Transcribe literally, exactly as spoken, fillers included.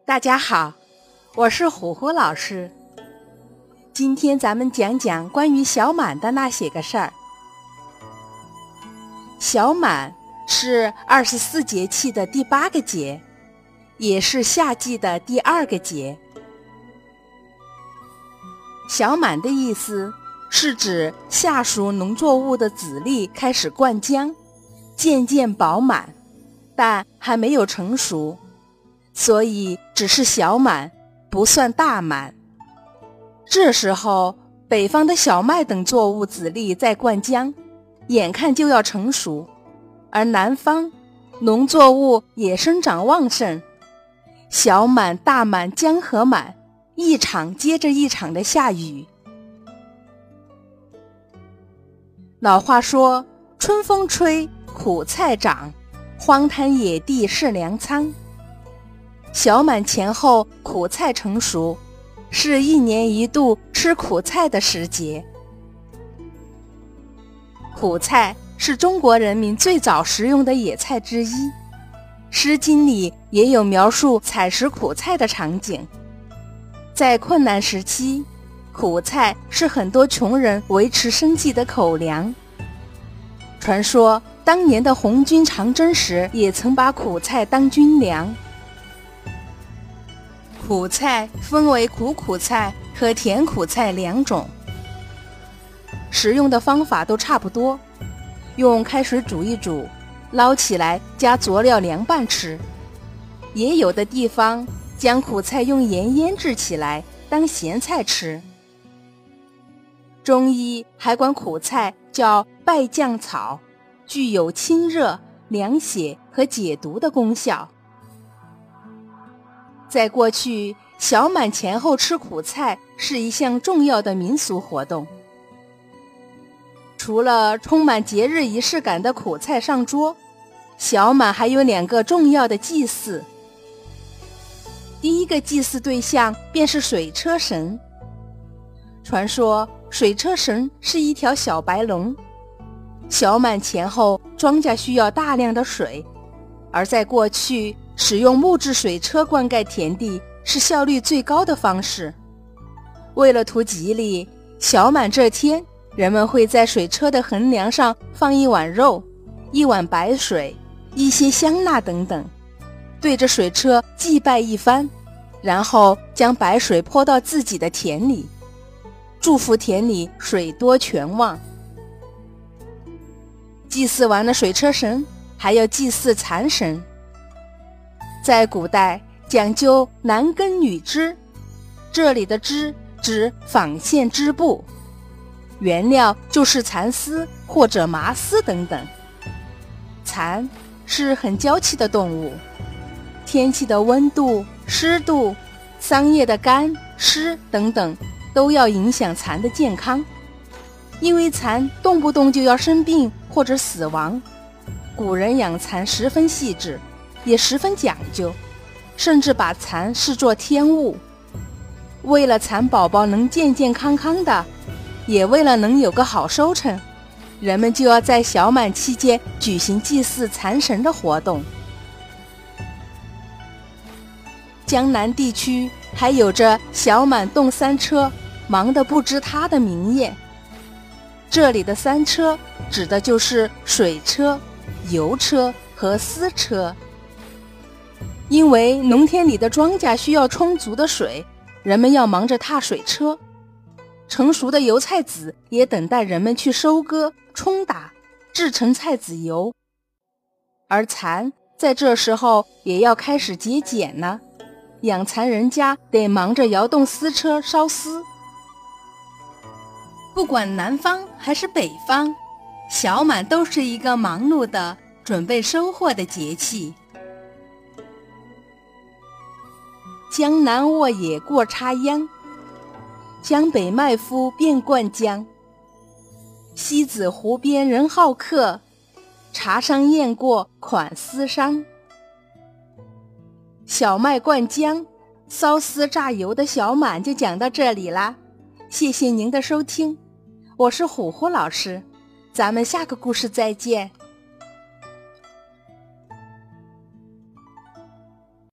大家好，我是虎虎老师。今天咱们讲讲关于小满的那些个事儿。小满是二十四节气的第八个节，也是夏季的第二个节。小满的意思是指夏熟农作物的籽粒开始灌浆，渐渐饱满，但还没有成熟，所以只是小满，不算大满。这时候北方的小麦等作物籽粒在灌浆，眼看就要成熟，而南方农作物也生长旺盛，小满、大满、江河满，一场接着一场的下雨。老话说，春风吹，苦菜长，荒滩野地是粮仓。小满前后苦菜成熟，是一年一度吃苦菜的时节。苦菜是中国人民最早食用的野菜之一，《诗经》里也有描述采食苦菜的场景。在困难时期，苦菜是很多穷人维持生计的口粮。传说当年的红军长征时，也曾把苦菜当军粮。苦菜分为苦苦菜和甜苦菜两种，食用的方法都差不多，用开水煮一煮，捞起来加佐料凉拌吃。也有的地方将苦菜用盐腌制起来当咸菜吃。中医还管苦菜叫败酱草，具有清热、凉血和解毒的功效。在过去，小满前后吃苦菜是一项重要的民俗活动。除了充满节日仪式感的苦菜上桌，小满还有两个重要的祭祀。第一个祭祀对象便是水车神。传说水车神是一条小白龙。小满前后，庄稼需要大量的水，而在过去，使用木质水车灌溉田地是效率最高的方式。为了图吉利，小满这天，人们会在水车的横梁上放一碗肉、一碗白水、一些香蜡等等，对着水车祭拜一番，然后将白水泼到自己的田里，祝福田里水多泉旺。祭祀完了水车神，还要祭祀蚕神。在古代讲究男耕女织，这里的织指纺线织布，原料就是蚕丝或者麻丝等等。蚕是很娇气的动物，天气的温度、湿度、桑叶的干湿等等都要影响蚕的健康。因为蚕动不动就要生病或者死亡，古人养蚕十分细致，也十分讲究，甚至把蚕视作天物。为了蚕宝宝能健健康康的，也为了能有个好收成，人们就要在小满期间举行祭祀蚕神的活动。江南地区还有着小满动三车，忙得不知他的名谚。这里的三车指的就是水车、油车和丝车。因为农田里的庄稼需要充足的水，人们要忙着踏水车，成熟的油菜籽也等待人们去收割、冲打，制成菜籽油。而蚕在这时候也要开始节俭了，养蚕人家得忙着摇动丝车烧丝。不管南方还是北方，小满都是一个忙碌的准备收获的节气。江南沃野过插秧，江北麦夫便灌浆。西子湖边人好客，茶商雁过款丝商。小麦灌浆，骚丝榨油的小满就讲到这里啦，谢谢您的收听，我是虎虎老师，咱们下个故事再见。